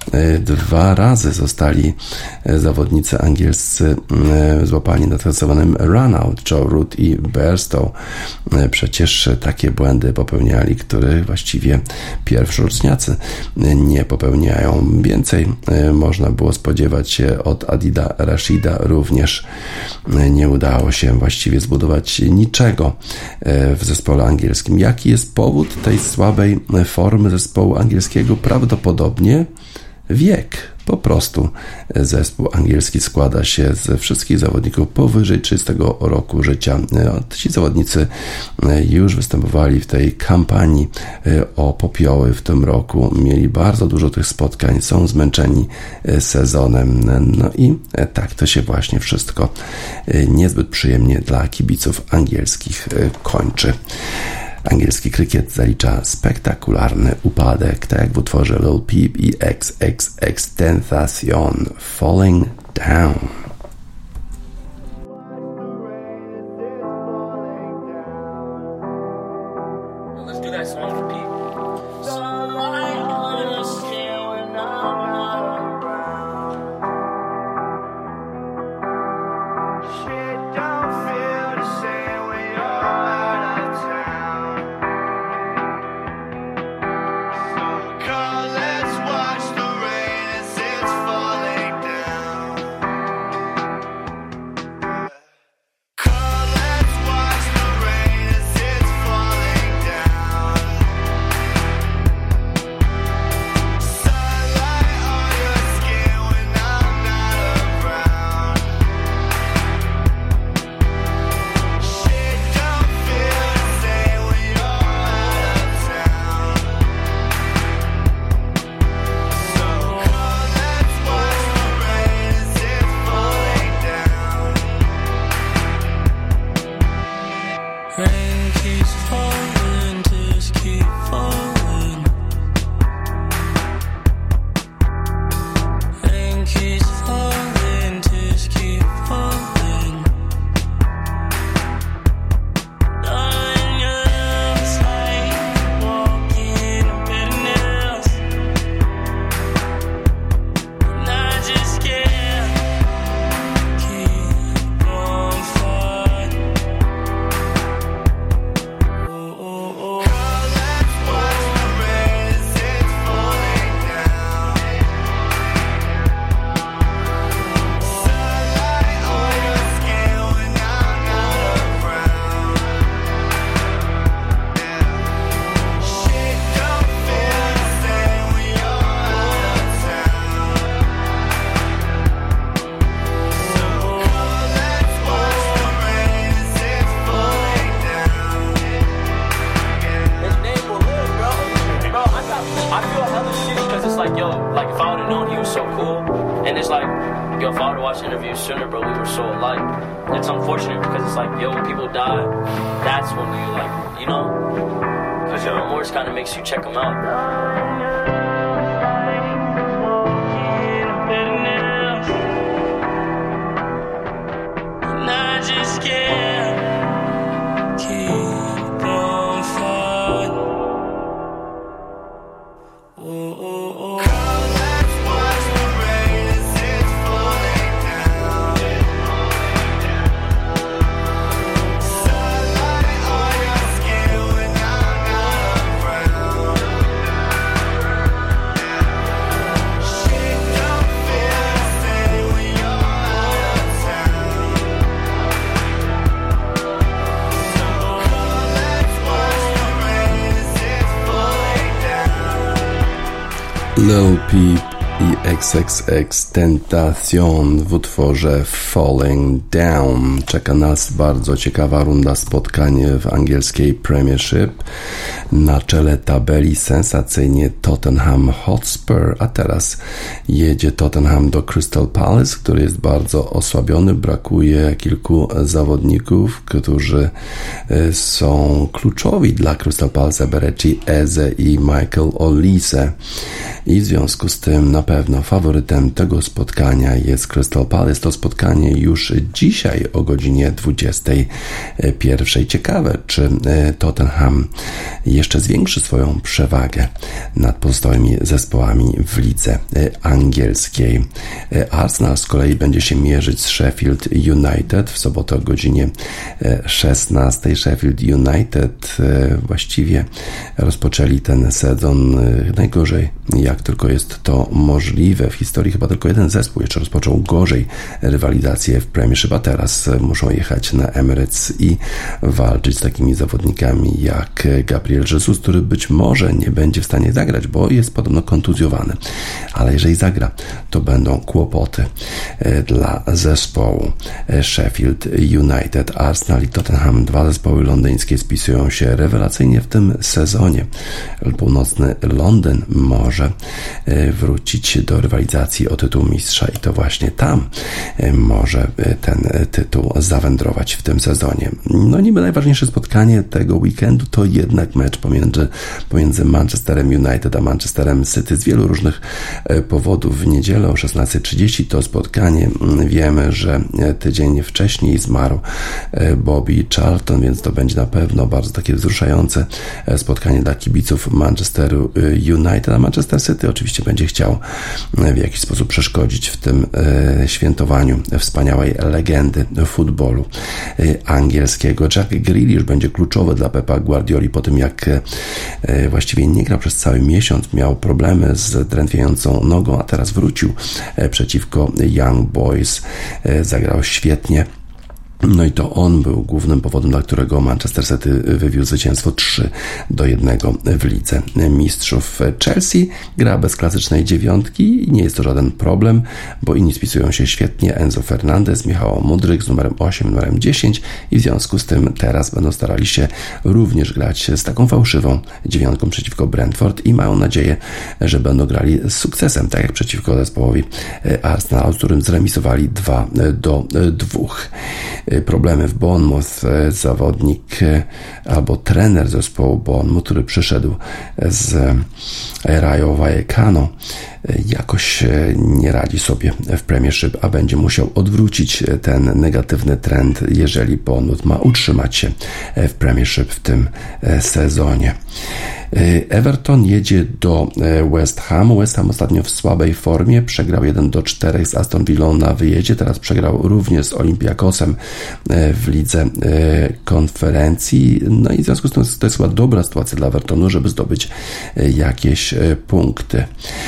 Dwa razy zostali zawodnicy angielscy złapani na tak zwanym run-out, Joe Root i Bairstow. Przecież takie błędy popełniali, które właściwie pierwszoroczniacy nie popełniają. Więcej można było spodziewać się od Adila Rashida. Również nie udało się właściwie zbudować niczego w zespole angielskim. Jaki jest powód tej słabej formy zespołu angielskiego? Prawdopodobnie wiek. Po prostu zespół angielski składa się ze wszystkich zawodników powyżej trzydziestego roku życia. Ci zawodnicy już występowali w tej kampanii o popioły w tym roku. Mieli bardzo dużo tych spotkań, są zmęczeni sezonem. No i tak to się właśnie wszystko niezbyt przyjemnie dla kibiców angielskich kończy. Angielski krykiet zalicza spektakularny upadek, tak jak w utworze Lil Peep i X X X Tentacion, Falling Down. Let's do that song for Pete. It's unfortunate because it's like, yo, when people die, that's when you like, you know, because your remorse kind of makes you check them out. Lil Peep i X X X Tentacion w utworze Falling Down. Czeka nas bardzo ciekawa runda spotkań w angielskiej Premiership. Na czele tabeli sensacyjnie Tottenham Hotspur, a teraz jedzie Tottenham do Crystal Palace, który jest bardzo osłabiony. Brakuje kilku zawodników, którzy są kluczowi dla Crystal Palace: Eberechi Eze i Michael Olise. I w związku z tym na pewno faworytem tego spotkania jest Crystal Palace. To spotkanie już dzisiaj o godzinie dwudziestej pierwszej. Ciekawe, czy Tottenham jeszcze zwiększy swoją przewagę nad pozostałymi zespołami w lidze angielskiej. Arsenal z kolei będzie się mierzyć z Sheffield United w sobotę o godzinie szesnastej. Sheffield United właściwie rozpoczęli ten sezon najgorzej, jak tylko jest to możliwe. W historii chyba tylko jeden zespół jeszcze rozpoczął gorzej rywalizację w Premiership, a teraz muszą jechać na Emirates i walczyć z takimi zawodnikami jak Gabriel Jesus, który być może nie będzie w stanie zagrać, bo jest podobno kontuzjowany. Ale jeżeli zagra, to będą kłopoty dla zespołu Sheffield United. Arsenal i Tottenham, dwa zespoły londyńskie, spisują się rewelacyjnie w tym sezonie. Północny Londyn może wrócić do rywalizacji o tytuł mistrza i to właśnie tam może ten tytuł zawędrować w tym sezonie. No niby najważniejsze spotkanie tego weekendu to jednak mecz pomiędzy, pomiędzy Manchesterem United a Manchesterem City z wielu różnych powodów. W niedzielę o szesnasta trzydzieści to spotkanie. Wiemy, że tydzień wcześniej zmarł Bobby Charlton, więc to będzie na pewno bardzo takie wzruszające spotkanie dla kibiców Manchesteru United, a Manchester City oczywiście będzie chciał w jakiś sposób przeszkodzić w tym świętowaniu wspaniałej legendy futbolu angielskiego. Jack Grealish będzie kluczowy dla Pepa Guardioli po tym, jak właściwie nie grał przez cały miesiąc, miał problemy z drętwiejącą nogą, a teraz wrócił przeciwko Young Boys, zagrał świetnie. No i to on był głównym powodem, dla którego Manchester City wywiózł zwycięstwo trzy do jednego w Lidze Mistrzów. Chelsea gra bez klasycznej dziewiątki i nie jest to żaden problem, bo inni spisują się świetnie. Enzo Fernandez, Michał Mudryk z numerem osiem, numerem dziesięć i w związku z tym teraz będą starali się również grać z taką fałszywą dziewiątką przeciwko Brentford i mają nadzieję, że będą grali z sukcesem, tak jak przeciwko zespołowi Arsenal, z którym zremisowali dwa do dwóch. Problemy w Bournemouth. Zawodnik albo trener zespołu Bournemouth, który przyszedł z Rayo Vallecano, jakoś nie radzi sobie w Premiership, a będzie musiał odwrócić ten negatywny trend, jeżeli Bournemouth ma utrzymać się w Premiership w tym sezonie. Everton jedzie do West Hamu. West Ham ostatnio w słabej formie, przegrał jeden do czterech z Aston Villą na wyjeździe, teraz przegrał również z Olympiakosem w lidze konferencji, no i w związku z tym to jest chyba dobra sytuacja dla Evertonu, żeby zdobyć jakieś punkty.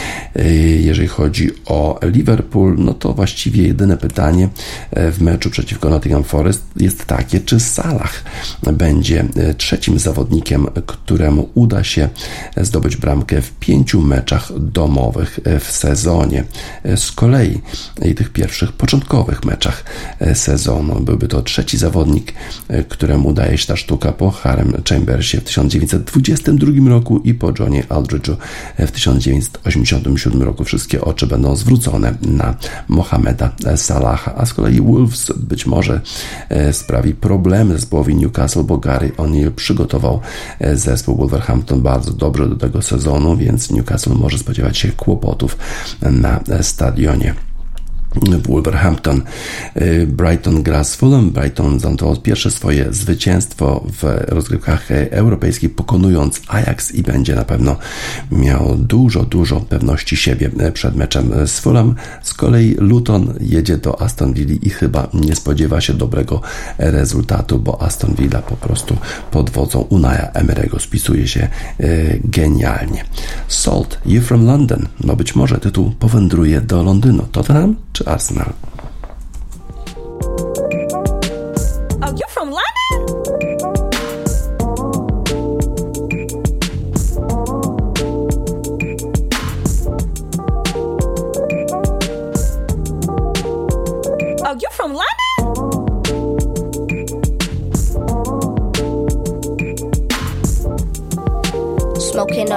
Jeżeli chodzi o Liverpool, no to właściwie jedyne pytanie w meczu przeciwko Nottingham Forest jest takie, czy Salah będzie trzecim zawodnikiem, któremu uda się zdobyć bramkę w pięciu meczach domowych w sezonie. Z kolei i tych pierwszych początkowych meczach sezonu byłby to trzeci zawodnik, któremu udaje się ta sztuka po Harem Chambersie w tysiąc dziewięćset dwudziestym drugim roku i po Johnie Aldridge'u w tysiąc dziewięćset osiemdziesiątym siódmym roku. Wszystkie oczy będą zwrócone na Mohameda Salaha, a z kolei Wolves być może sprawi problemy zespołowi Newcastle, bo Gary O'Neill przygotował zespół Wolverhampton bardzo dobrze do tego sezonu, więc Newcastle może spodziewać się kłopotów na stadionie w Wolverhampton. Brighton gra z Fulham. Brighton zanotował pierwsze swoje zwycięstwo w rozgrywkach europejskich, pokonując Ajax i będzie na pewno miał dużo, dużo pewności siebie przed meczem z Fulham. Z kolei Luton jedzie do Aston Villa i chyba nie spodziewa się dobrego rezultatu, bo Aston Villa po prostu pod wodzą Unaja Emery'ego spisuje się genialnie. Salt, You from London. No być może tytuł powędruje do Londynu. Tottenham czy Arsenal? Oh, you from London?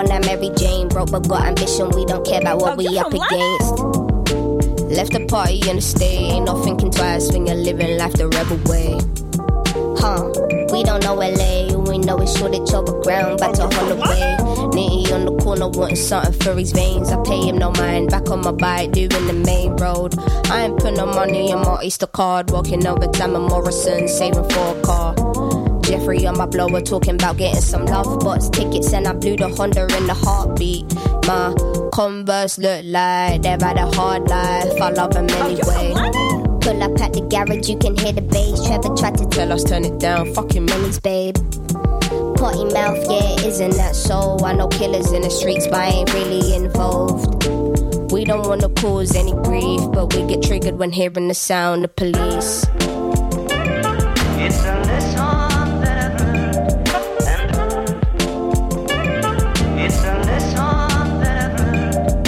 on that Mary Jane. Broke but got ambition, we don't care about what Oh, we you're up from against. Left the party in the state, ain't no thinking twice when you're living life the rebel way. Huh, we don't know L A, we know it's Shoreditch overground, back to Holloway. Nitty on the corner wanting something for his veins. I pay him no mind, back on my bike doing the main road. I ain't put no money in my Easter card, walking over Sam and Morrison, saving for a car. Jeffrey on my blower talking about getting some love box tickets, and I blew the Honda in the heartbeat. My Converse look like they've had a hard life, I love them anyway. Pull up at the garage, you can hear the bass. Trevor tried to tell us turn it down, fucking minis, babe. Potty mouth, yeah, isn't that so? I know killers in the streets, but I ain't really involved. We don't wanna cause any grief, but we get triggered when hearing the sound of police. It's a lesson that I've learned and learned. It's a lesson that I've learned.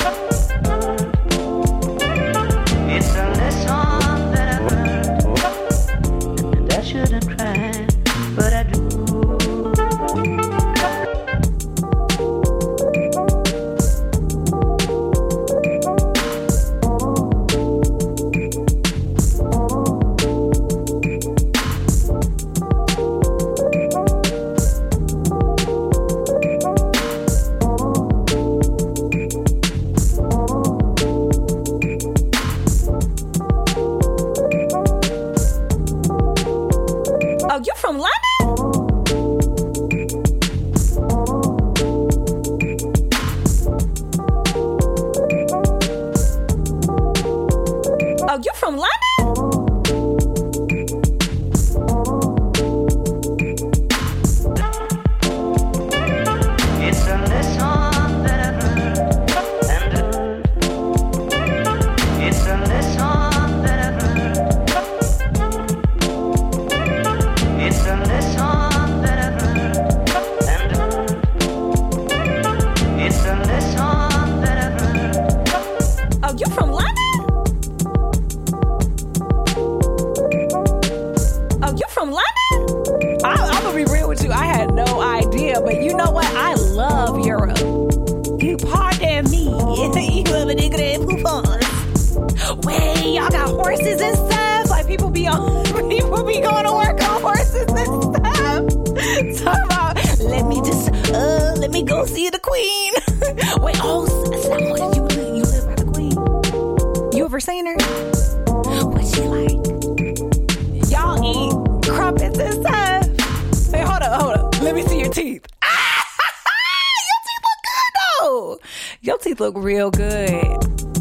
It's a lesson that I've learned. And I shouldn't cry, but I do. Oh, you're from London? Oh, you're from London? It's a lesson that I've learned and learned. It's a lesson that I've learned. It's a lesson that I've learned and learned. It's a lesson that I've learned. Oh, you're from London? Oh, you're from London? I, I'm gonna be real with you. I had no idea, but you know what? I love Europe. You pardon me. You love a nigga that poop on. Wait, y'all got horses and stuff? Like people be on, people be going to work on horses and stuff. Talk about, let me just, uh, let me go see the queen. Wait, oh, so you you live by the queen? You ever seen her? What's she like? Y'all eat crumpets and stuff. Hey, hold up, hold up. Let me see your teeth. Ah, your teeth look good though. Your teeth look real good.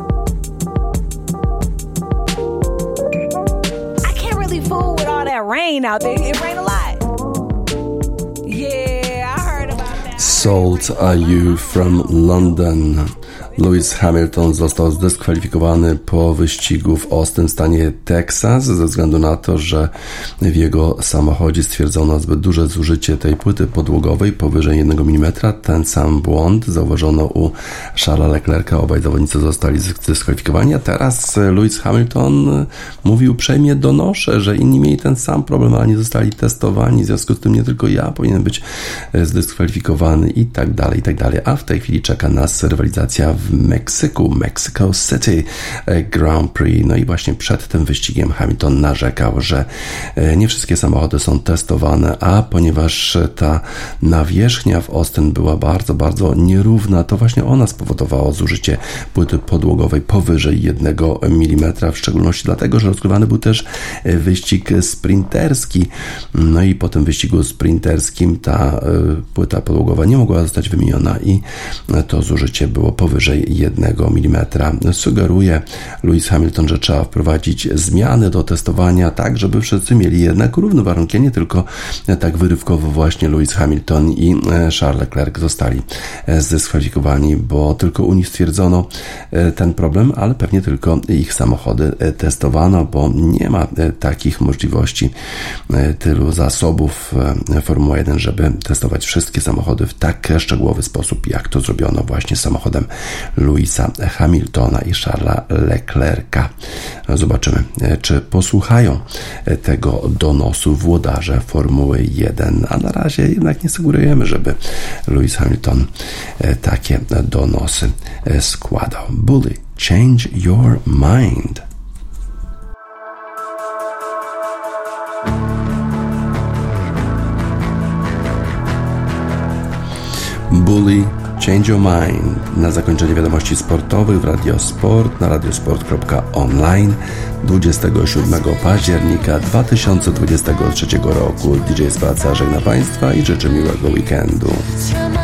I can't really fool with all that rain out there. It rained a lot. Yeah, I heard about that. Salt, Are You From London? Lewis Hamilton został zdyskwalifikowany po wyścigu w Austin w stanie Teksas ze względu na to, że w jego samochodzie stwierdzono zbyt duże zużycie tej płyty podłogowej powyżej jednego milimetra. Ten sam błąd zauważono u Charlesa Leclerca. Obaj zawodnicy zostali zdyskwalifikowani, a teraz Lewis Hamilton mówi uprzejmie: donoszę, że inni mieli ten sam problem, ale nie zostali testowani, w związku z tym nie tylko ja powinien być zdyskwalifikowany i tak dalej, i tak dalej. A w tej chwili czeka nas rywalizacja w w Meksyku, Mexico City Grand Prix. No i właśnie przed tym wyścigiem Hamilton narzekał, że nie wszystkie samochody są testowane, a ponieważ ta nawierzchnia w Austin była bardzo, bardzo nierówna, to właśnie ona spowodowała zużycie płyty podłogowej powyżej jednego milimetra, w szczególności dlatego, że rozgrywany był też wyścig sprinterski. No i po tym wyścigu sprinterskim ta płyta podłogowa nie mogła zostać wymieniona i to zużycie było powyżej jednego milimetra. Sugeruje Lewis Hamilton, że trzeba wprowadzić zmiany do testowania, tak żeby wszyscy mieli jednak równe warunki, nie tylko tak wyrywkowo właśnie Lewis Hamilton i Charles Leclerc zostali zdyskwalifikowani, bo tylko u nich stwierdzono ten problem, ale pewnie tylko ich samochody testowano, bo nie ma takich możliwości, tylu zasobów Formuła jeden, żeby testować wszystkie samochody w tak szczegółowy sposób, jak to zrobiono właśnie z samochodem Louisa Hamiltona i Charlesa Leclerca. Zobaczymy, czy posłuchają tego donosu włodarze Formuły jeden, a na razie jednak nie sugerujemy, żeby Lewis Hamilton takie donosy składał. Bully, change your mind. Bully, change your mind. Na zakończenie wiadomości sportowych w Radiosport na radiosport kropka online dwudziestego siódmego października dwa tysiące dwudziestego trzeciego roku. D J Spaca żegna Państwa i życzy miłego weekendu.